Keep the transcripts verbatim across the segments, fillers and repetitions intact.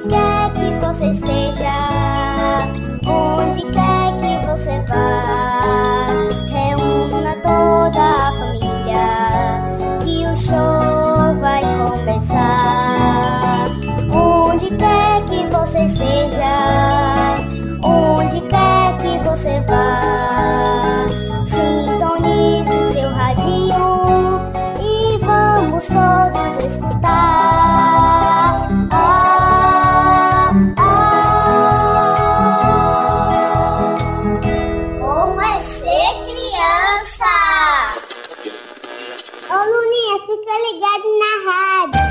quer que você esteja, onde quer que você vá, reúna toda a família, que o show vai começar. Onde quer que você esteja, onde quer que você vá, sintonize seu radinho e vamos todos escutar. Ah, ah. Como é ser criança? Ô Luninha, fica ligado na rádio.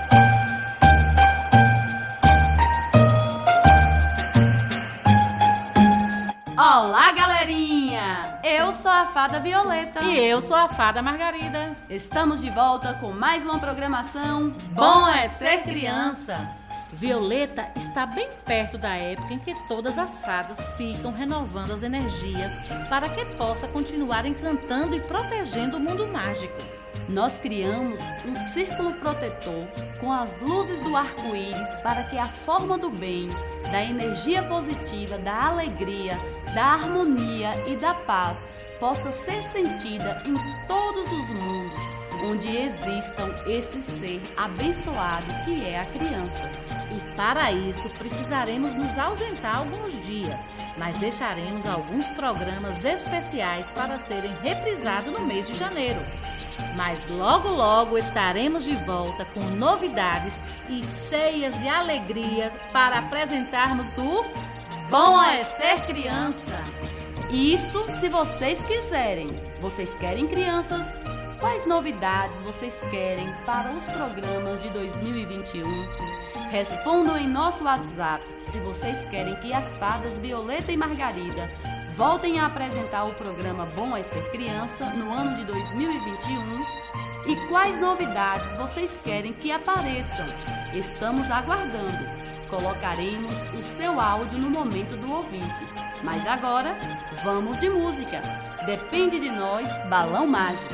Olá, galerinha! Eu sou a Fada Violeta. E eu sou a Fada Margarida. Estamos de volta com mais uma programação Bom é Ser Criança. Violeta está bem perto da época em que todas as fadas ficam renovando as energias para que possa continuar encantando e protegendo o mundo mágico. Nós criamos um círculo protetor com as luzes do arco-íris para que a forma do bem, da energia positiva, da alegria, da harmonia e da paz possa ser sentida em todos os mundos onde existam esse ser abençoado que é a criança. E para isso precisaremos nos ausentar alguns dias, mas deixaremos alguns programas especiais para serem reprisados no mês de janeiro. Mas logo logo estaremos de volta com novidades e cheias de alegria para apresentarmos o Bom é Ser Criança. Isso se vocês quiserem. Vocês querem crianças? Quais novidades vocês querem para os programas de dois mil e vinte e um? Respondam em nosso WhatsApp se vocês querem que as fadas Violeta e Margarida voltem a apresentar o programa Bom é Ser Criança no ano de dois mil e vinte e um e quais novidades vocês querem que apareçam. Estamos aguardando. Colocaremos o seu áudio no momento do ouvinte. Mas agora, vamos de música. Depende de nós, Balão Mágico.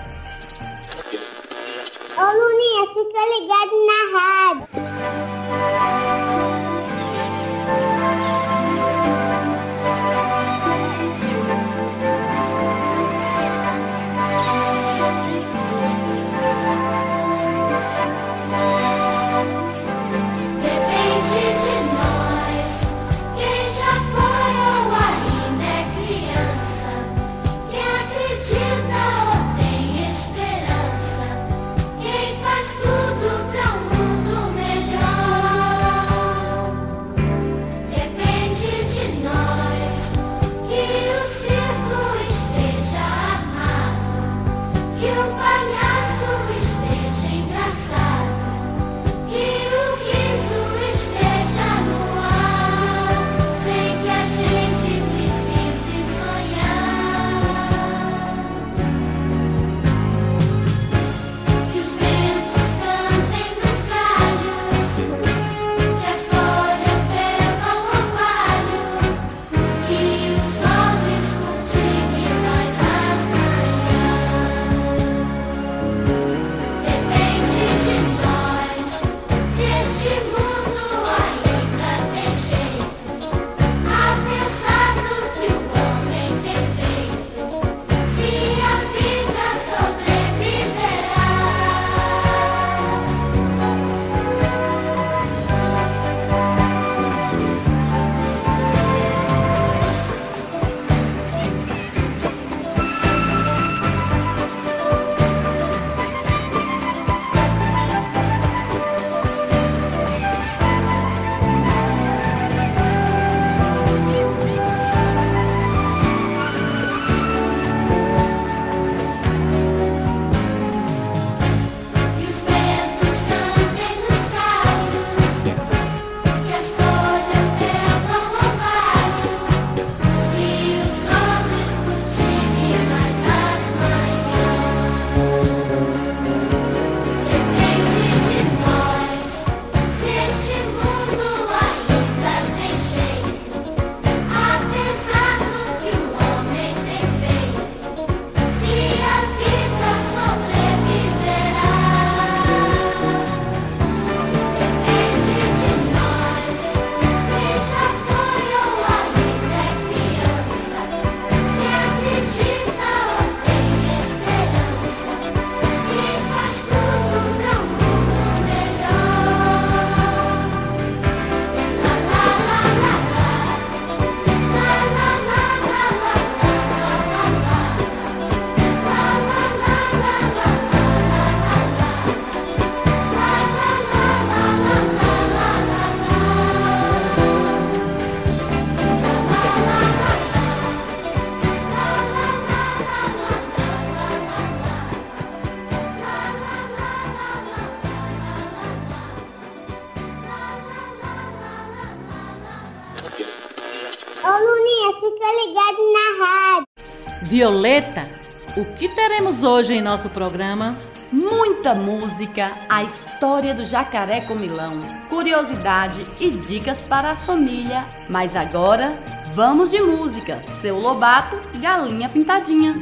Ô Luninha, fica ligado na rádio. Tudo fica ligado na rádio. Violeta, o que teremos hoje em nosso programa? Muita música, a história do jacaré comilão, curiosidade e dicas para a família. Mas agora, vamos de música. Seu Lobato, Galinha Pintadinha.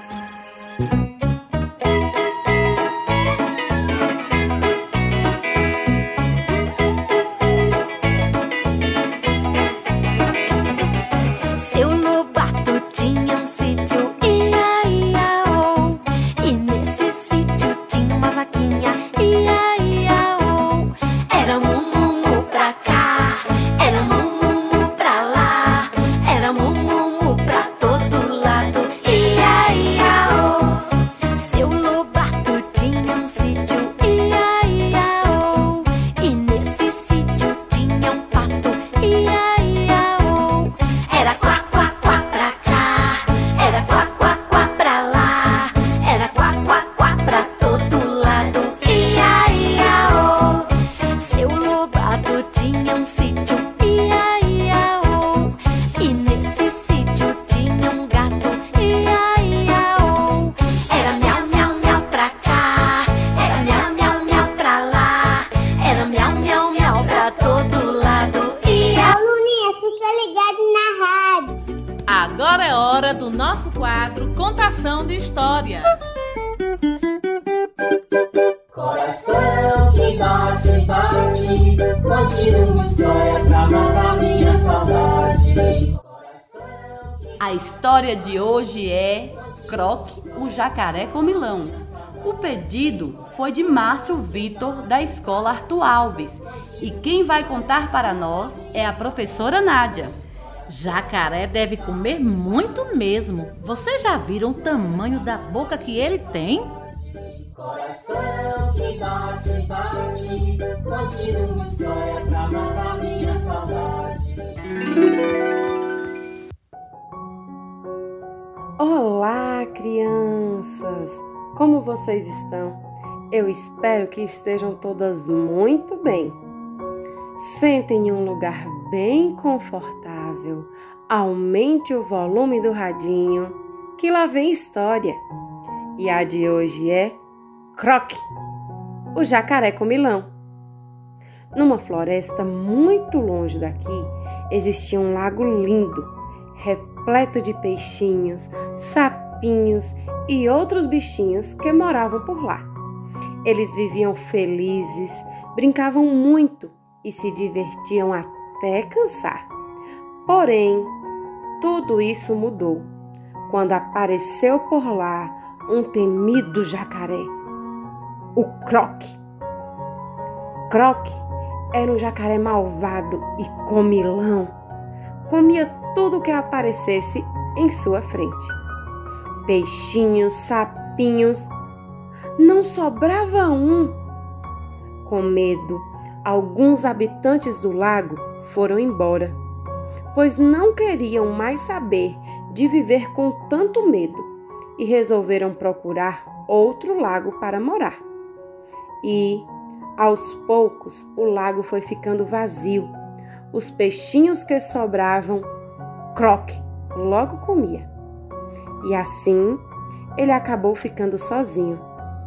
Agora é hora do nosso quadro Contação de História. Coração que bate, bate, conte uma história pra matar minha saudade. A história de hoje é Croc, o jacaré comilão. O pedido foi de Márcio Vitor, da Escola Arthur Alves. E quem vai contar para nós é a professora Nádia. Jacaré deve comer muito mesmo. Vocês já viram o tamanho da boca que ele tem? Coração que bate, bate, conte uma história pra matar minha saudade. Olá, crianças! Como vocês estão? Eu espero que estejam todas muito bem. Sentem em um lugar bem confortável. Aumente o volume do radinho, que lá vem história. E a de hoje é Croc, o jacaré comilão. Numa floresta muito longe daqui, existia um lago lindo, repleto de peixinhos, sapinhos e outros bichinhos que moravam por lá. Eles viviam felizes, brincavam muito e se divertiam até cansar. Porém, tudo isso mudou quando apareceu por lá um temido jacaré, o Croc. Croc era um jacaré malvado e comilão. Comia tudo que aparecesse em sua frente. Peixinhos, sapinhos, não sobrava um. Com medo, alguns habitantes do lago foram embora, pois não queriam mais saber de viver com tanto medo e resolveram procurar outro lago para morar. E, aos poucos, o lago foi ficando vazio. Os peixinhos que sobravam, Croc logo comia. E assim, ele acabou ficando sozinho.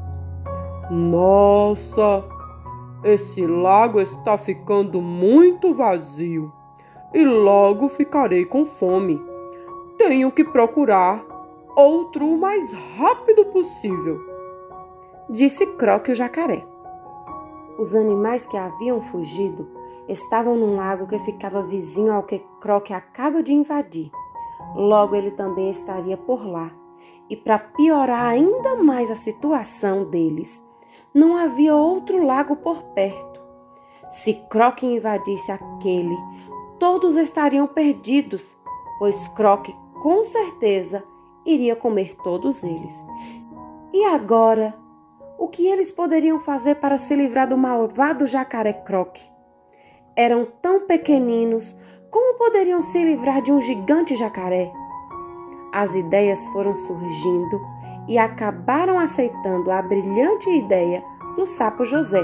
Nossa, esse lago está ficando muito vazio e logo ficarei com fome. Tenho que procurar outro o mais rápido possível, disse Croc o jacaré. Os animais que haviam fugido estavam num lago que ficava vizinho ao que Croc acaba de invadir. Logo ele também estaria por lá. E para piorar ainda mais a situação deles, não havia outro lago por perto. Se Croc invadisse aquele, todos estariam perdidos, pois Croc com certeza iria comer todos eles. E agora, o que eles poderiam fazer para se livrar do malvado jacaré Croc? Eram tão pequeninos, como poderiam se livrar de um gigante jacaré? As ideias foram surgindo e acabaram aceitando a brilhante ideia do sapo José.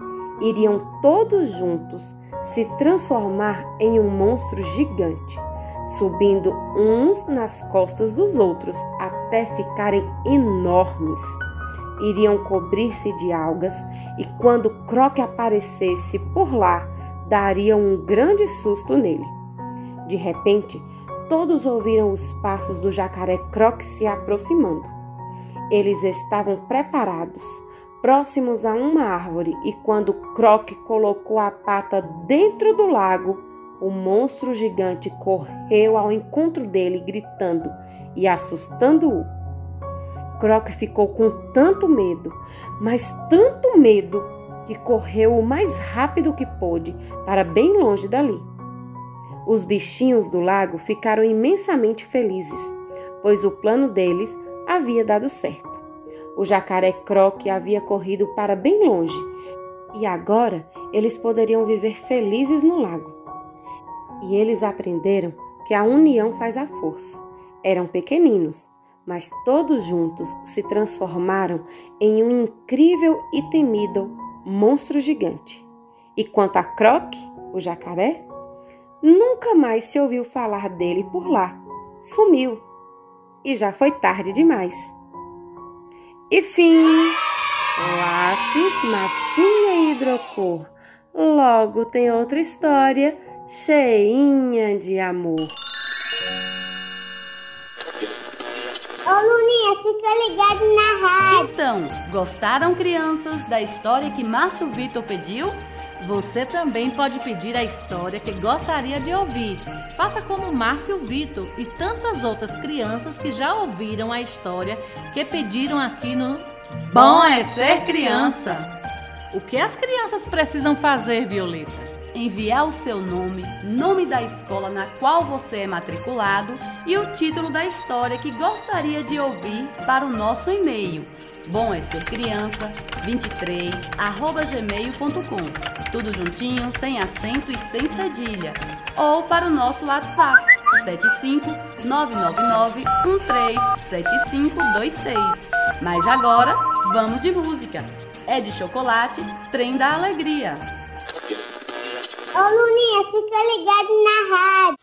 Iriam todos juntos se transformar em um monstro gigante. subindo uns nas costas dos outros até ficarem enormes. Iriam cobrir-se de algas e quando Croc aparecesse por lá, daria um grande susto nele. De repente, todos ouviram os passos do jacaré Croc se aproximando. Eles estavam preparados, próximos a uma árvore, e quando Croc colocou a pata dentro do lago, o monstro gigante correu ao encontro dele, gritando e assustando-o. Croc ficou com tanto medo, mas tanto medo, que correu o mais rápido que pôde para bem longe dali. Os bichinhos do lago ficaram imensamente felizes, pois o plano deles havia dado certo. O jacaré Croc havia corrido para bem longe e agora eles poderiam viver felizes no lago. E eles aprenderam que a união faz a força. Eram pequeninos, mas todos juntos se transformaram em um incrível e temido monstro gigante. E quanto a Croc, o jacaré, nunca mais se ouviu falar dele por lá. Sumiu. E já foi tarde demais. E fim. Lápis, massinha e hidrocor. Logo tem outra história cheinha de amor. Ô Luninha, fica ligado na rádio. Então, gostaram, crianças, da história que Márcio Vitor pediu? Você também pode pedir a história que gostaria de ouvir. Faça como Márcio Vitor e tantas outras crianças que já ouviram a história que pediram aqui no Bom é Ser Criança. O que as crianças precisam fazer, Violeta? Enviar o seu nome, nome da escola na qual você é matriculado e o título da história que gostaria de ouvir para o nosso e-mail bom é ser criança vinte e três arroba gmail ponto com, tudo juntinho, sem acento e sem cedilha, ou para o nosso WhatsApp sete cinco nove nove nove um três sete cinco dois seis. Mas agora vamos de música. É de Chocolate, Trem da Alegria. Ô Luninha, fica ligado na rádio.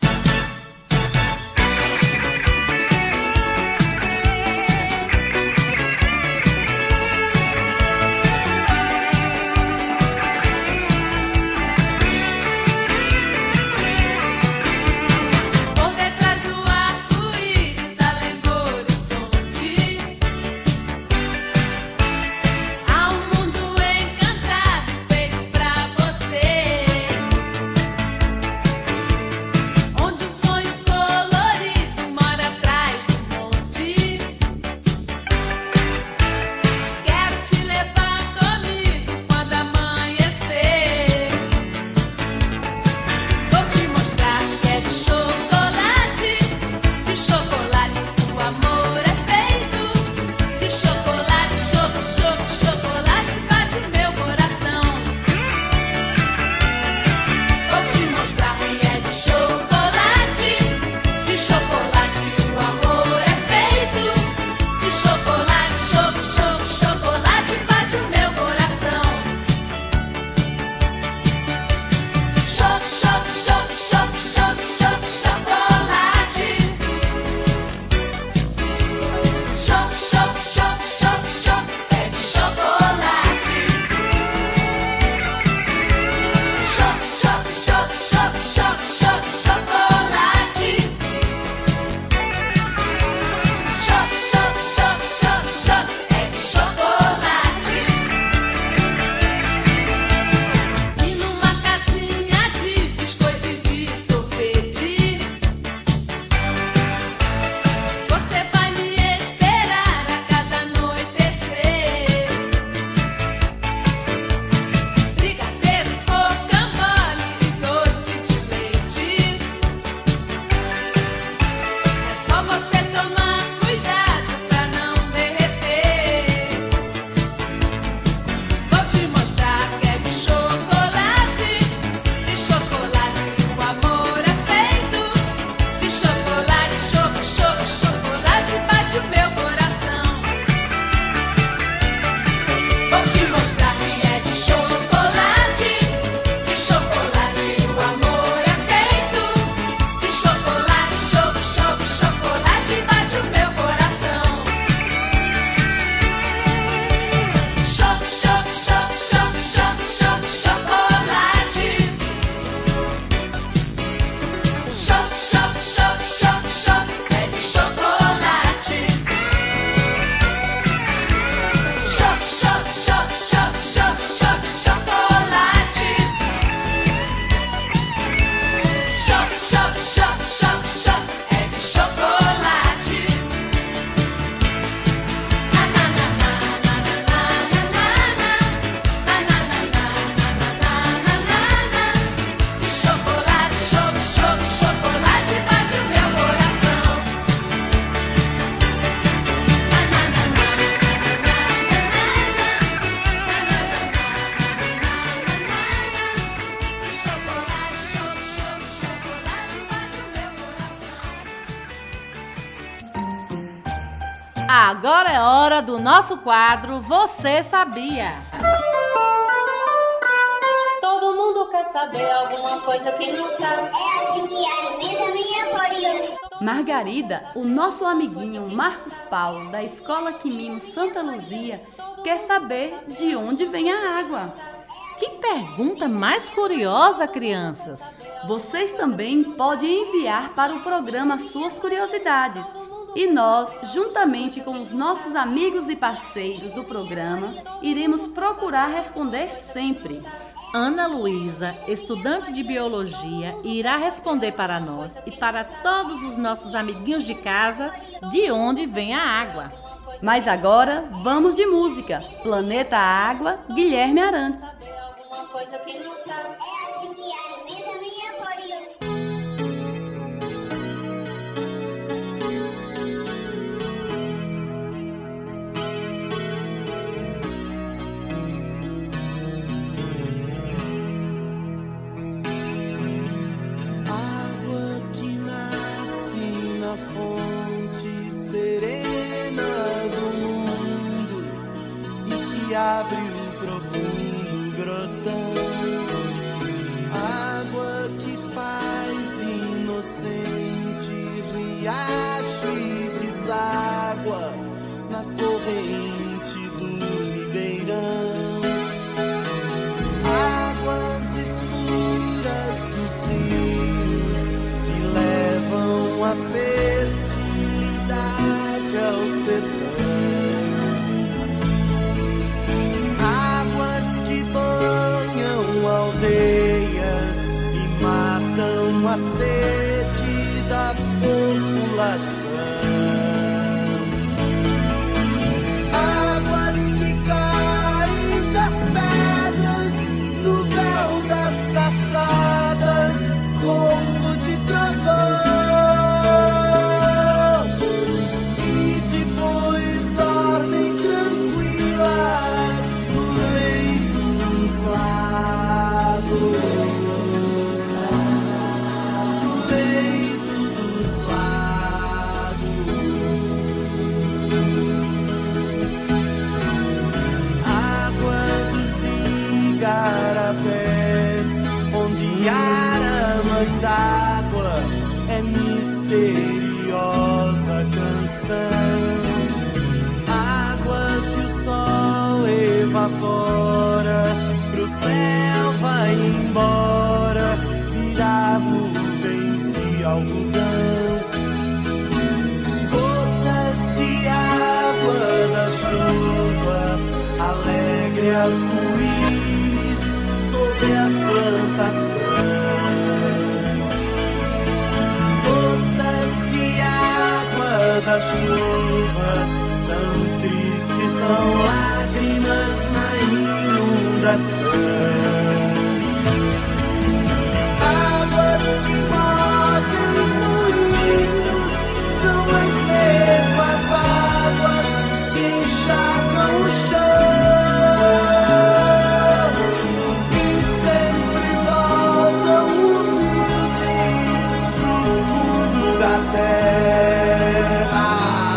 Agora é hora do nosso quadro Você Sabia? Todo mundo quer saber alguma coisa que não sabe. É assim que alimenta minha curiosidade. Margarida, o nosso amiguinho Marcos Paulo, da Escola Quimimo Santa Luzia, quer saber de onde vem a água. Que pergunta mais curiosa, crianças! Vocês também podem enviar para o programa suas curiosidades. E nós, juntamente com os nossos amigos e parceiros do programa, iremos procurar responder sempre. Ana Luísa, estudante de biologia, irá responder para nós e para todos os nossos amiguinhos de casa de onde vem a água. Mas agora, vamos de música. Planeta Água, Guilherme Arantes. Alguma coisa que não sabe. É assim que alimenta minha curiosidade. Água que nasce na fonte serena do mundo e que abre o profundo grotão. Água que faz inocente riacho e deságua na corrente do ribeirão. Águas escuras dos rios que levam a fertilidade ao sertão. Aldeias e matam a sede da população. Águas que caem das pedras no véu das cascadas, ronco de trovão. E depois dormem tranquilas no leito dos lagos. Do leito dos lagos. Água dos igarapés, onde a mãe d'água é misteriosa canção. Água que o sol evapora, pro céu vai embora, virar nuvens de algodão. Gotas de água da chuva, alegre arco-íris sobre a plantação. Gotas de água da chuva, tão tristes são lágrimas na inundação. Águas que movem moinhos são as mesmas águas que encharcam o chão e sempre voltam humildes pro fundo da terra,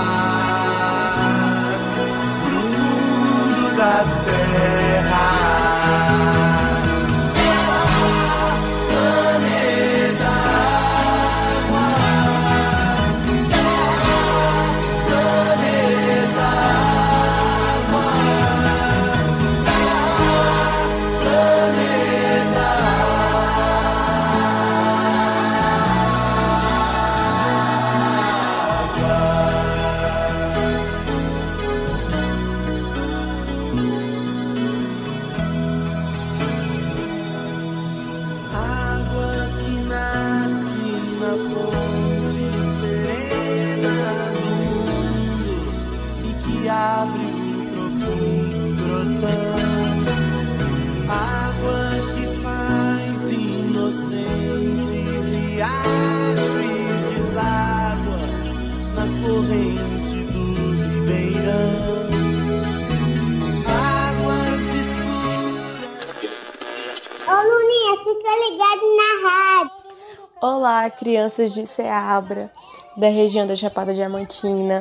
pro fundo da terra. Água que nasce na fonte serena do mundo e que abre o profundo grotão. Água que faz inocente riacho e deságua na corrente do ribeirão. Águas escuras. Ô Luninha, fica ligado na rádio. Olá, crianças de Ceabra, da região da Chapada Diamantina.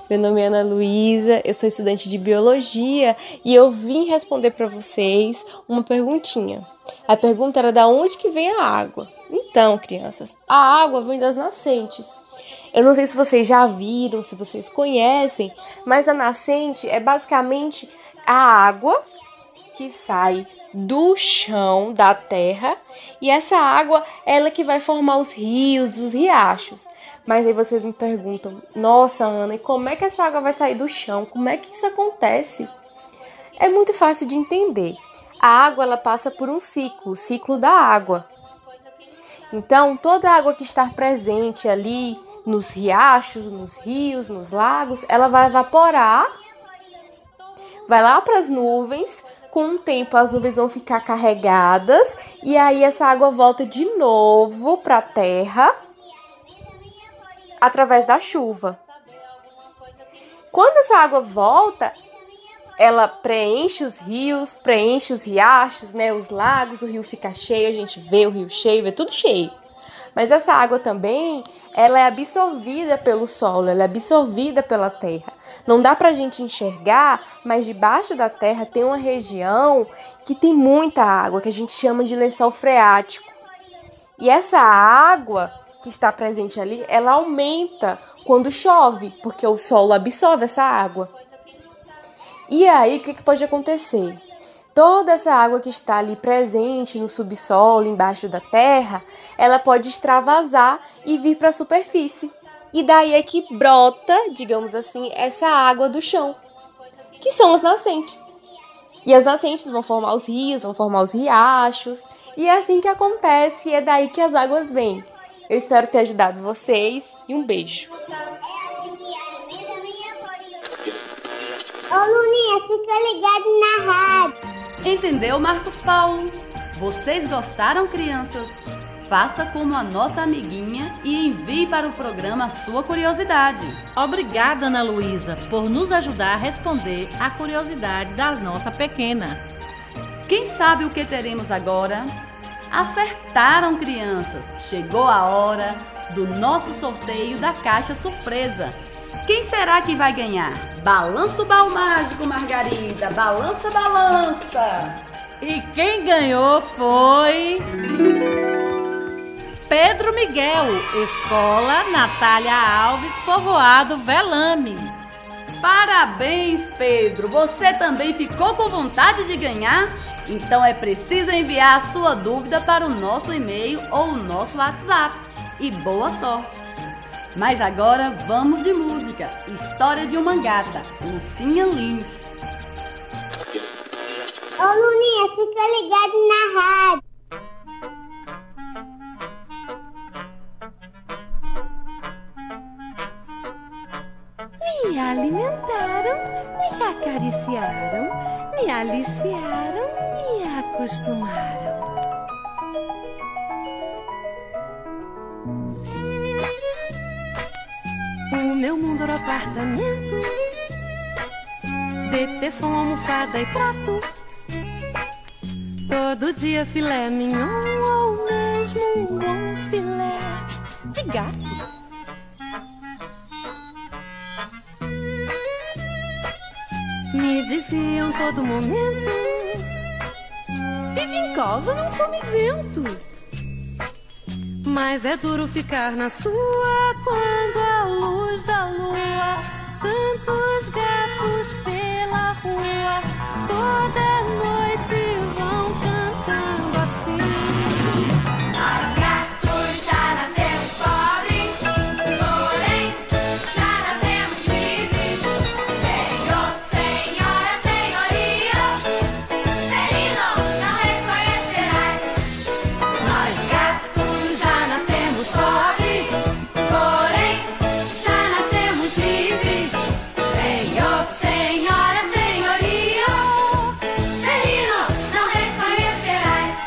Meu nome é Ana Luísa, eu sou estudante de Biologia e eu vim responder para vocês uma perguntinha. A pergunta era: da onde que vem a água? Então, crianças, a água vem das nascentes. Eu não sei se vocês já viram, se vocês conhecem, mas a nascente é basicamente a água que sai do chão, da terra, e essa água ela que vai formar os rios, os riachos. Mas aí vocês me perguntam: nossa, Ana, e como é que essa água vai sair do chão? Como é que isso acontece? É muito fácil de entender. A água ela passa por um ciclo, o ciclo da água. Então, toda a água que está presente ali nos riachos, nos rios, nos lagos, ela vai evaporar, vai lá para as nuvens. Com o tempo as nuvens vão ficar carregadas e aí essa água volta de novo para a terra através da chuva. Quando essa água volta, ela preenche os rios, preenche os riachos, né, os lagos, o rio fica cheio, a gente vê o rio cheio, vê tudo cheio. Mas essa água também, ela é absorvida pelo solo, ela é absorvida pela terra. Não dá pra gente enxergar, mas debaixo da terra tem uma região que tem muita água, que a gente chama de lençol freático. E essa água que está presente ali, ela aumenta quando chove, porque o solo absorve essa água. E aí, o que, que pode acontecer? Toda essa água que está ali presente no subsolo, embaixo da terra, ela pode extravasar e vir para a superfície. E daí é que brota, digamos assim, essa água do chão, que são as nascentes. E as nascentes vão formar os rios, vão formar os riachos, e é assim que acontece, e é daí que as águas vêm. Eu espero ter ajudado vocês, e um beijo. Ô Luninha, fica ligado na rádio. Entendeu, Marcos Paulo? Vocês gostaram, crianças? Faça como a nossa amiguinha e envie para o programa a sua curiosidade. Obrigada, Ana Luísa, por nos ajudar a responder a curiosidade da nossa pequena. Quem sabe o que teremos agora? Acertaram, crianças! Chegou a hora do nosso sorteio da caixa surpresa. Quem será que vai ganhar? Balança o baú mágico, Margarida! Balança, balança! E quem ganhou foi... Pedro Miguel, Escola Natália Alves, Povoado Velame. Parabéns, Pedro! Você também ficou com vontade de ganhar? Então é preciso enviar a sua dúvida para o nosso e-mail ou o nosso WhatsApp. E boa sorte! Mas agora vamos de música. História de uma gata, Lucinha Lins. Ô Luninha, fica ligado na rádio. Me alimentaram, me acariciaram, me aliciaram, me acostumaram. O meu mundo era apartamento, de teflon, almofada e trato. Todo dia filé mignon ou mesmo um bom filé de gato. Me diziam todo momento: fique em casa, não come vento. Mas é duro ficar na sua quando a luz da lua, tantos gatos pela rua, toda noite vão cantando assim. Nós gatos já nascemos pobres, porém já nascemos livres. Senhor, senhora, senhoria, felino, não reconhecerás. Nós gatos já nascemos pobres, porém já nascemos livres. Senhor, senhora, senhoria, felino, não reconhecerás.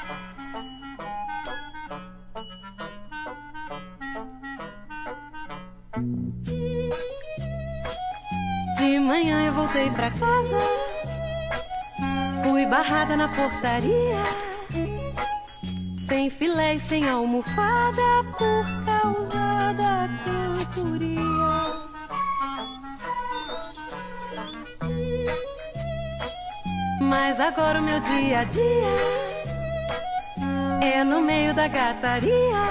De manhã eu voltei pra casa, fui barrada na portaria, sem filé e sem almofada por causa da cantoria. Mas agora o meu dia a dia é no meio da gataria,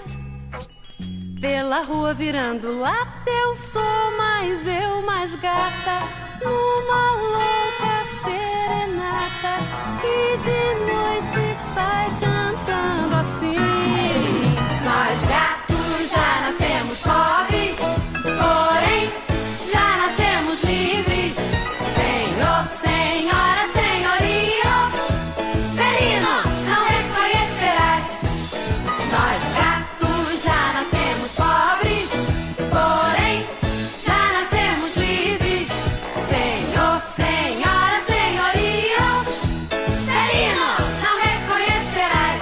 pela rua virando lata. Eu sou mais eu, mais gata, numa louca serenata, que de noite sai cantando assim. Nós gatos já nascemos pobres, porém já nascemos livres. Senhor, senhora, senhorio, felino, não reconhecerás. Nós gatos já nascemos pobres, porém já nascemos livres. Senhor, senhora, senhorio, felino, não reconhecerás.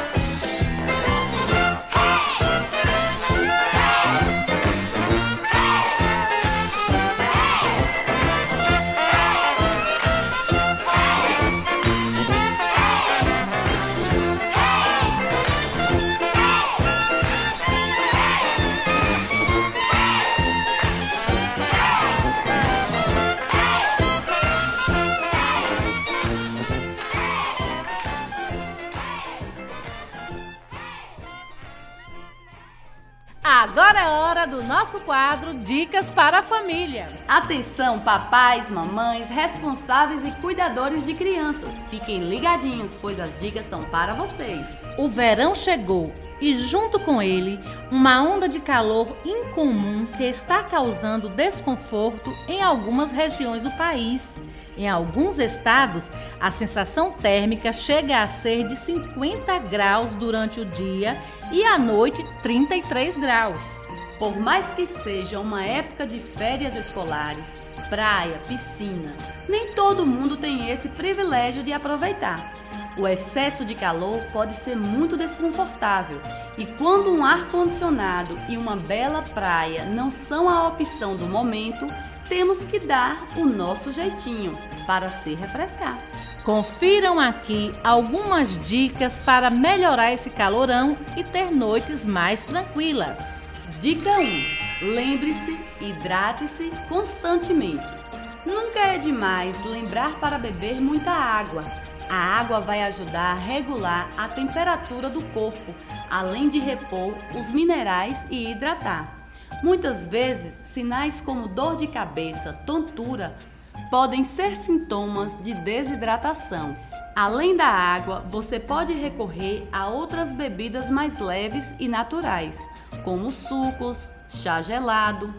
Agora é hora do nosso quadro Dicas para a Família. Atenção, papais, mamães, responsáveis e cuidadores de crianças. Fiquem ligadinhos, pois as dicas são para vocês. O verão chegou e junto com ele, uma onda de calor incomum que está causando desconforto em algumas regiões do país. Em alguns estados, a sensação térmica chega a ser de cinquenta graus durante o dia e à noite trinta e três graus. Por mais que seja uma época de férias escolares, praia, piscina, nem todo mundo tem esse privilégio de aproveitar. O excesso de calor pode ser muito desconfortável e quando um ar-condicionado e uma bela praia não são a opção do momento, temos que dar o nosso jeitinho para se refrescar. Confiram aqui algumas dicas para melhorar esse calorão e ter noites mais tranquilas. Dica um. Lembre-se, hidrate-se constantemente. Nunca é demais lembrar para beber muita água. A água vai ajudar a regular a temperatura do corpo, além de repor os minerais e hidratar. Muitas vezes, sinais como dor de cabeça, tontura, podem ser sintomas de desidratação. Além da água, você pode recorrer a outras bebidas mais leves e naturais, como sucos, chá gelado.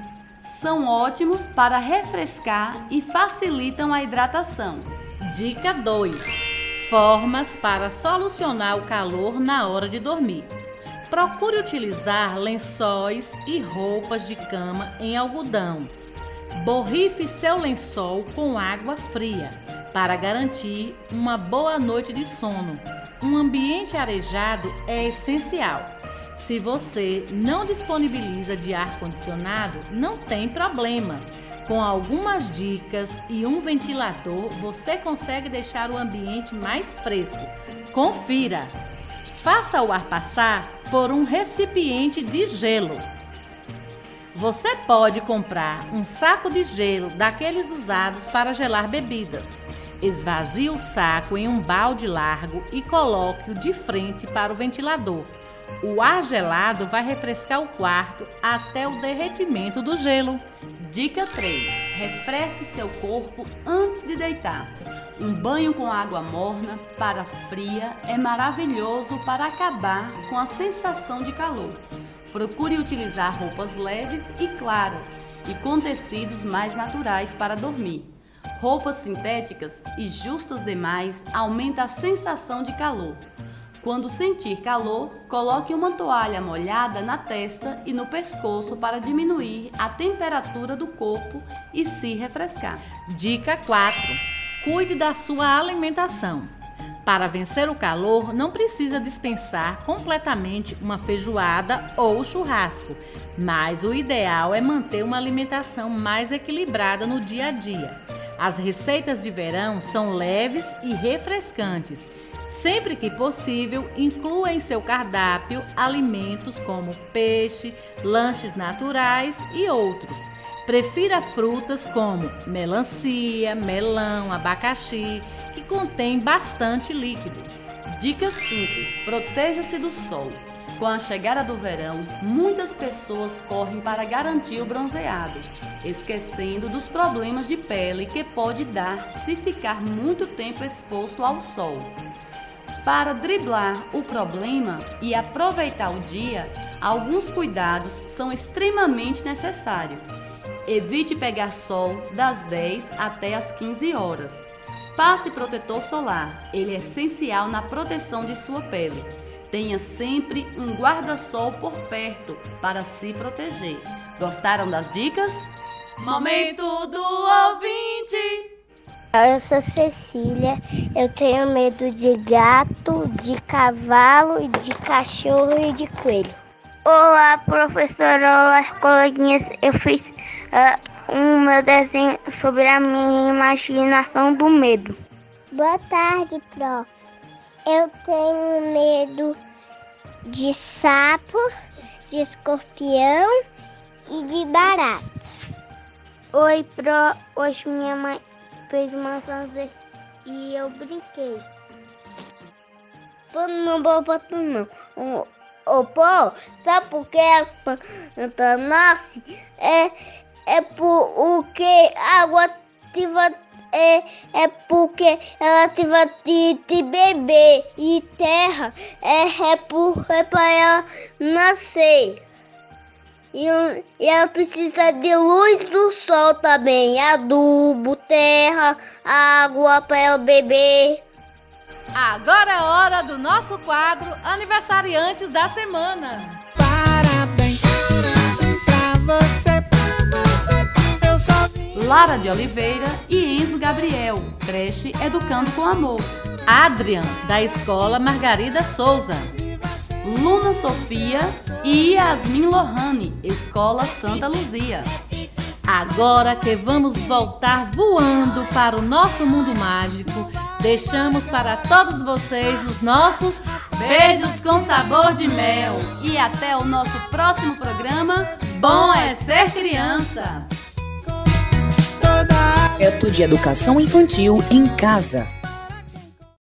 São ótimos para refrescar e facilitam a hidratação. Dica dois. Formas para solucionar o calor na hora de dormir. Procure utilizar lençóis e roupas de cama em algodão. Borrife seu lençol com água fria para garantir uma boa noite de sono. Um ambiente arejado é essencial. Se você não disponibiliza de ar-condicionado, não tem problemas. Com algumas dicas e um ventilador, você consegue deixar o ambiente mais fresco. Confira! Faça o ar passar por um recipiente de gelo. Você pode comprar um saco de gelo daqueles usados para gelar bebidas. Esvazie o saco em um balde largo e coloque-o de frente para o ventilador. O ar gelado vai refrescar o quarto até o derretimento do gelo. Dica três. Refresque seu corpo antes de deitar. Um banho com água morna para fria é maravilhoso para acabar com a sensação de calor. Procure utilizar roupas leves e claras e com tecidos mais naturais para dormir. Roupas sintéticas e justas demais aumentam a sensação de calor. Quando sentir calor, coloque uma toalha molhada na testa e no pescoço para diminuir a temperatura do corpo e se refrescar. Dica quatro. Cuide da sua alimentação. Para vencer o calor, não precisa dispensar completamente uma feijoada ou churrasco, mas o ideal é manter uma alimentação mais equilibrada no dia a dia. As receitas de verão são leves e refrescantes. Sempre que possível, inclua em seu cardápio alimentos como peixe, lanches naturais e outros. Prefira frutas como melancia, melão, abacaxi, que contém bastante líquido. Dica cinco. Proteja-se do sol. Com a chegada do verão, muitas pessoas correm para garantir o bronzeado, esquecendo dos problemas de pele que pode dar se ficar muito tempo exposto ao sol. Para driblar o problema e aproveitar o dia, alguns cuidados são extremamente necessários. Evite pegar sol das dez até as quinze horas. Passe protetor solar, ele é essencial na proteção de sua pele. Tenha sempre um guarda-sol por perto para se proteger. Gostaram das dicas? Momento do ouvinte! Eu sou Cecília, eu tenho medo de gato, de cavalo, de cachorro e de coelho. Olá, professora, olá, coleguinhas. Eu fiz uh, um meu desenho sobre a minha imaginação do medo. Boa tarde, prof. Eu tenho medo de sapo, de escorpião e de barata. Oi, pro. Hoje minha mãe fez uma sanze e eu brinquei. Pô, não vou botar não. Ô, oh, pô, sabe por que as plantas nascem? É, é porque a água ativa. É, é porque ela teve de, de bebê e terra é, é, por, é para ela nascer. E, e ela precisa de luz do sol também, adubo, terra, água para ela beber. Agora é hora do nosso quadro Aniversariantes da Semana. Parabéns, parabéns pra você, pra você. Eu só vim. Lara de Oliveira e Enzo Gabriel, creche Educando com Amor. Adrian, da Escola Margarida Souza. Luna Sofia e Yasmin Lohane, Escola Santa Luzia. Agora que vamos voltar voando para o nosso mundo mágico, deixamos para todos vocês os nossos beijos com sabor de mel. E até o nosso próximo programa. Bom é ser criança! Projeto de Educação Infantil em Casa.